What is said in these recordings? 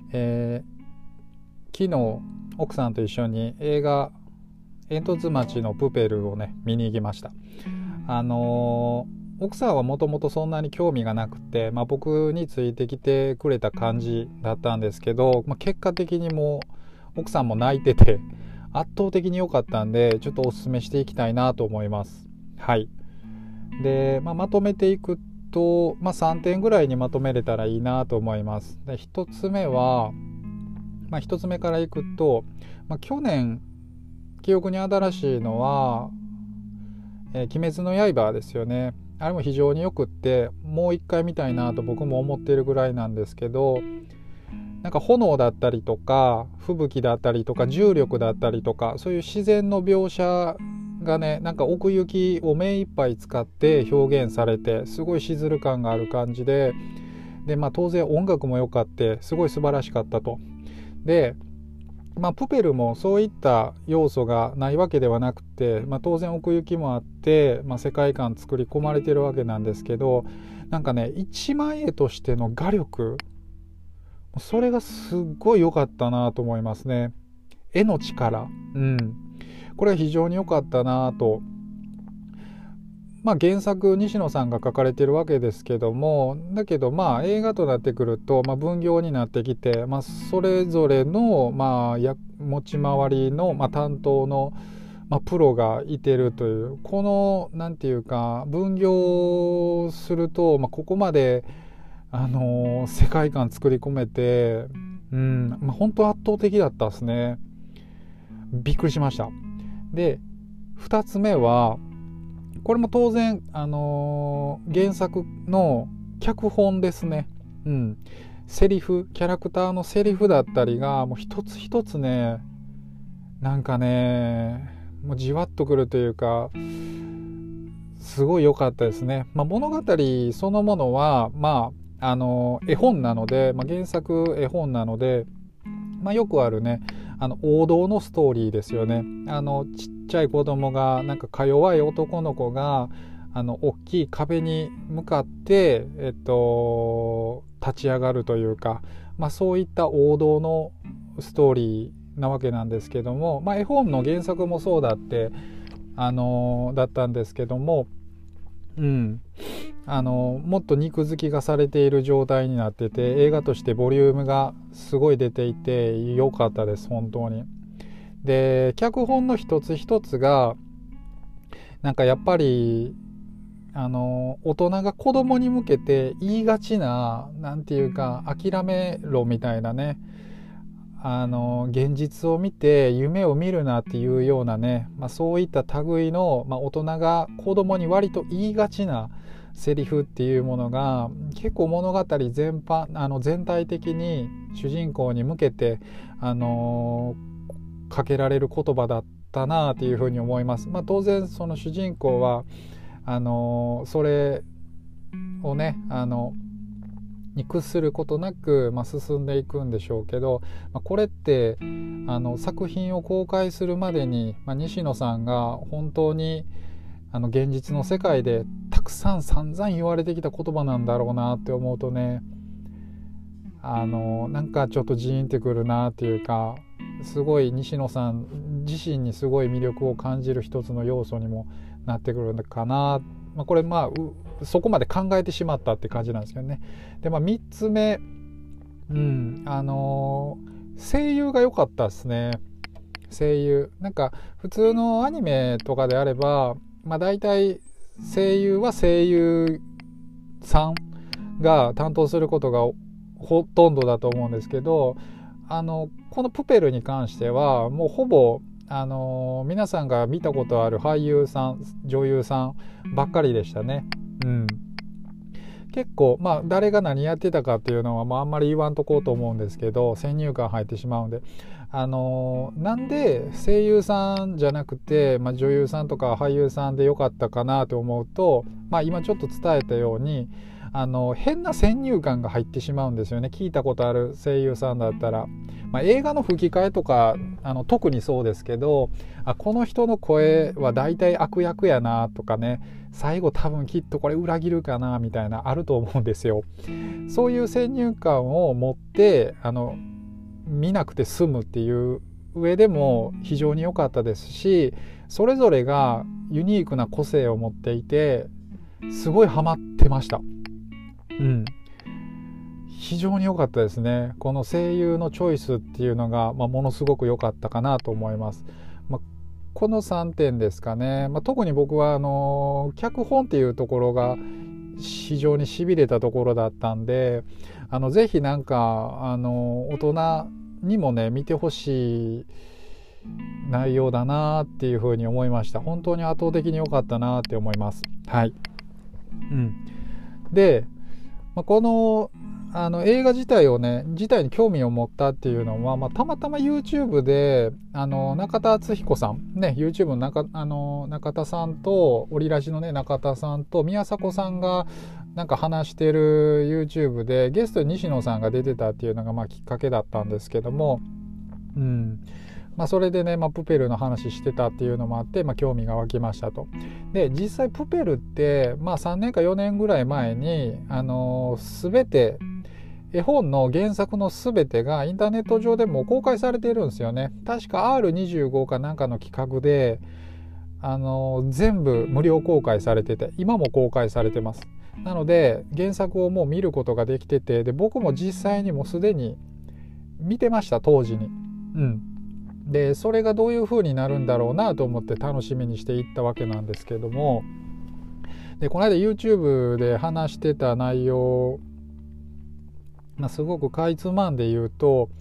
昨日奥さんと一緒に映画煙突町のプペルをね見に行きました。奥さんはもともとそんなに興味がなくて、僕についてきてくれた感じだったんですけど、結果的にもう奥さんも泣いてて圧倒的に良かったんで、ちょっとお勧めしていきたいなと思います。はい。で、まとめていくと、3点ぐらいにまとめれたらいいなと思います。で、1つ目は、1つ目からいくと、去年記憶に新しいのは、鬼滅の刃ですよね。あれも非常によくって、もう一回見たいなと僕も思っているぐらいなんですけど、なんか炎だったりとか吹雪だったりとか重力だったりとか、そういう自然の描写がね、なんか奥行きを目いっぱい使って表現されて、すごいシズル感がある感じで、当然音楽も良かってすごい素晴らしかったと。で、プペルもそういった要素がないわけではなくて、当然奥行きもあって、世界観作り込まれてるわけなんですけど、なんかね、一枚絵としての画力、それがすっごい良かったなと思いますね。絵の力、これは非常に良かったなと。原作西野さんが書かれてるわけですけども、だけど映画となってくると、分業になってきて、それぞれの持ち回りの、担当の、プロがいてるという、このなんていうか分業すると、ここまで世界観作り込めて、本当圧倒的だったですね。びっくりしました。で、2つ目はこれも当然、原作の脚本ですね。セリフ、キャラクターのセリフだったりがもう一つ一つね、なんかね、もうじわっとくるというか、すごい良かったですね。物語そのものは絵本なので、原作絵本なので、よくあるね、王道のストーリーですよね。ちっちゃい子供が、なんかか弱い男の子が大きい壁に向かって、立ち上がるというか、そういった王道のストーリーなわけなんですけども、絵本の原作もそうだってだったんですけども、もっと肉付きがされている状態になってて、映画としてボリュームがすごい出ていて良かったです、本当に。で、脚本の一つ一つがなんかやっぱり大人が子供に向けて言いがちな、なんていうか、諦めろみたいなね、現実を見て夢を見るなっていうようなね、そういった類の、大人が子供に割と言いがちなセリフっていうものが結構物語全般全体的に主人公に向けてかけられる言葉だったなっていうふうに思います。当然その主人公はそれをねに屈することなく、進んでいくんでしょうけど、これって作品を公開するまでに、西野さんが本当に現実の世界でたくさん散々言われてきた言葉なんだろうなって思うとね、なんかちょっとジーンってくるなっていうか、すごい西野さん自身にすごい魅力を感じる一つの要素にもなってくるのかな。これそこまで考えてしまったって感じなんですけどね。で、3つ目、声優が良かったですね。声優なんか普通のアニメとかであれば、だいたい声優は声優さんが担当することがほとんどだと思うんですけど、このプペルに関してはもうほぼ皆さんが見たことある俳優さん女優さんばっかりでしたね。結構誰が何やってたかっていうのはあんまり言わんとこうと思うんですけど、先入観入ってしまうんで、なんで声優さんじゃなくて、女優さんとか俳優さんでよかったかなと思うと、今ちょっと伝えたように変な先入観が入ってしまうんですよね。聞いたことある声優さんだったら、映画の吹き替えとか特にそうですけど、この人の声はだいたい悪役やなとかね、最後多分きっとこれ裏切るかなみたいなあると思うんですよ。そういう先入観を持って見なくて済むっていう上でも非常に良かったですし、それぞれがユニークな個性を持っていてすごいハマってました。非常に良かったですね。この声優のチョイスっていうのが、ものすごく良かったかなと思います。この3点ですかね。特に僕は脚本っていうところが非常にしびれたところだったんで、ぜひ大人にもね見てほしい内容だなっていうふうに思いました。本当に圧倒的に良かったなって思います。はい。で、この映画自体に興味を持ったっていうのは、たまたま YouTube で中田敦彦さんね、 YouTube の中田さんとオリラジのね中田さんと宮迫さんが話してる YouTube でゲストに西野さんが出てたっていうのがきっかけだったんですけども、それでね、プペルの話してたっていうのもあって、興味が湧きましたと。で実際プペルって、3年か4年ぐらい前に全て絵本の原作の全てがインターネット上でも公開されているんですよね。確か R25 かなんかの企画で全部無料公開されてて、今も公開されてます。なので原作をもう見ることができてて、で僕も実際にもうすでに見てました、当時に。でそれがどういう風になるんだろうなと思って楽しみにしていったわけなんですけども、でこの間 YouTube で話してた内容、すごくかいつまんで言うと、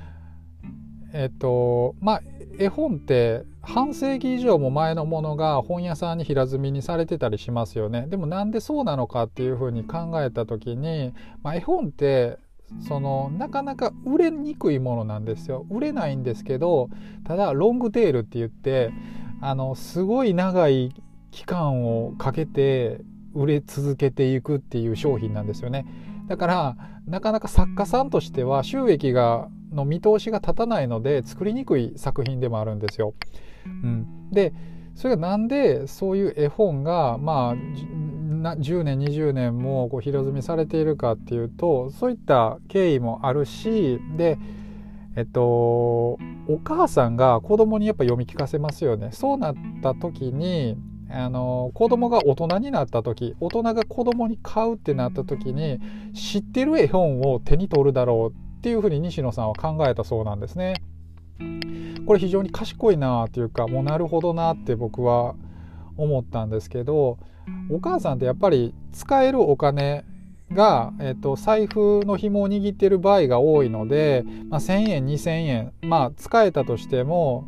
絵本って半世紀以上も前のものが本屋さんに平積みにされてたりしますよね。でもなんでそうなのかっていうふうに考えた時に、絵本ってなかなか売れにくいものなんですよ。売れないんですけど、ただロングテールって言ってすごい長い期間をかけて売れ続けていくっていう商品なんですよね。だからなかなか作家さんとしては収益の見通しが立たないので作りにくい作品でもあるんですよ。でそれがなんでそういう絵本が10年20年も平積みされているかっていうと、そういった経緯もあるし、でお母さんが子供にやっぱ読み聞かせますよね。そうなった時に子供が大人になった時、大人が子供に買うってなった時に知ってる絵本を手に取るだろうっていうふうに西野さんは考えたそうなんですね。これ非常に賢いなというか、もうなるほどなって僕は思ったんですけど、お母さんってやっぱり使えるお金が、財布の紐を握っている場合が多いので、1,000円2,000円使えたとしても、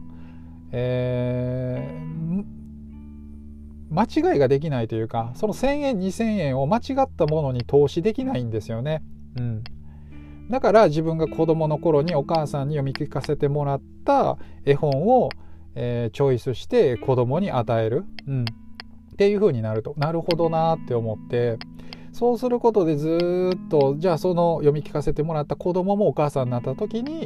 間違いができないというか、その1,000円2,000円を間違ったものに投資できないんですよね。だから自分が子供の頃にお母さんに読み聞かせてもらった絵本を、チョイスして子供に与える、っていう風になると、なるほどなって思って、そうすることでずっとじゃあその読み聞かせてもらった子供もお母さんになった時に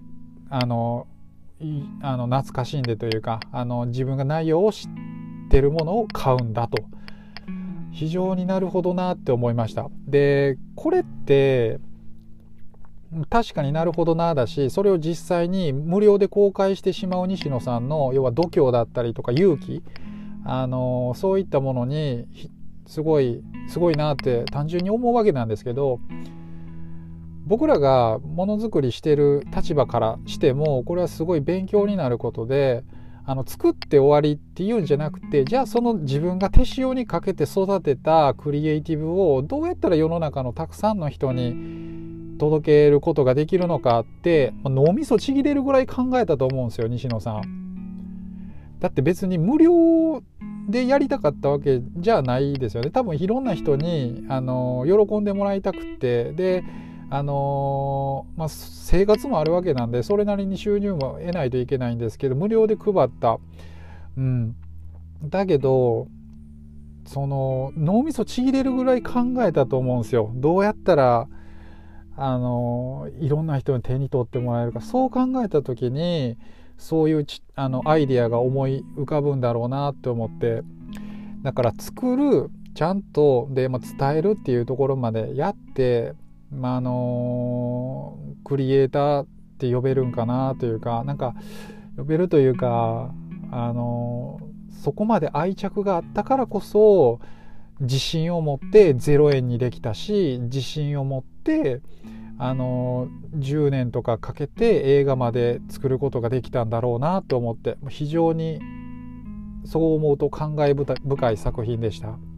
懐かしんでというか自分が内容を知ってるものを買うんだと、非常になるほどなって思いました。でこれって確かになるほどなだし、それを実際に無料で公開してしまう西野さんの要は度胸だったりとか勇気、そういったものにすごいなって単純に思うわけなんですけど、僕らがものづくりしてる立場からしてもこれはすごい勉強になることで、作って終わりっていうんじゃなくて、じゃあその自分が手塩にかけて育てたクリエイティブをどうやったら世の中のたくさんの人に届けることができるのかって脳みそちぎれるぐらい考えたと思うんですよ、西野さん。だって別に無料でやりたかったわけじゃないですよね。多分いろんな人に喜んでもらいたくて、で生活もあるわけなんでそれなりに収入も得ないといけないんですけど、無料で配った、だけどその脳みそちぎれるぐらい考えたと思うんですよ。どうやったらいろんな人に手に取ってもらえるか。そう考えた時にそういうアイデアが思い浮かぶんだろうなって思って、だから作るちゃんとで、伝えるっていうところまでやって、クリエイターっって呼べるんかなというか、なんか呼べるというか、そこまで愛着があったからこそ自信を持って0円にできたし、自信を持って10年とかかけて映画まで作ることができたんだろうなと思って、非常にそう思うと感慨深い作品でした。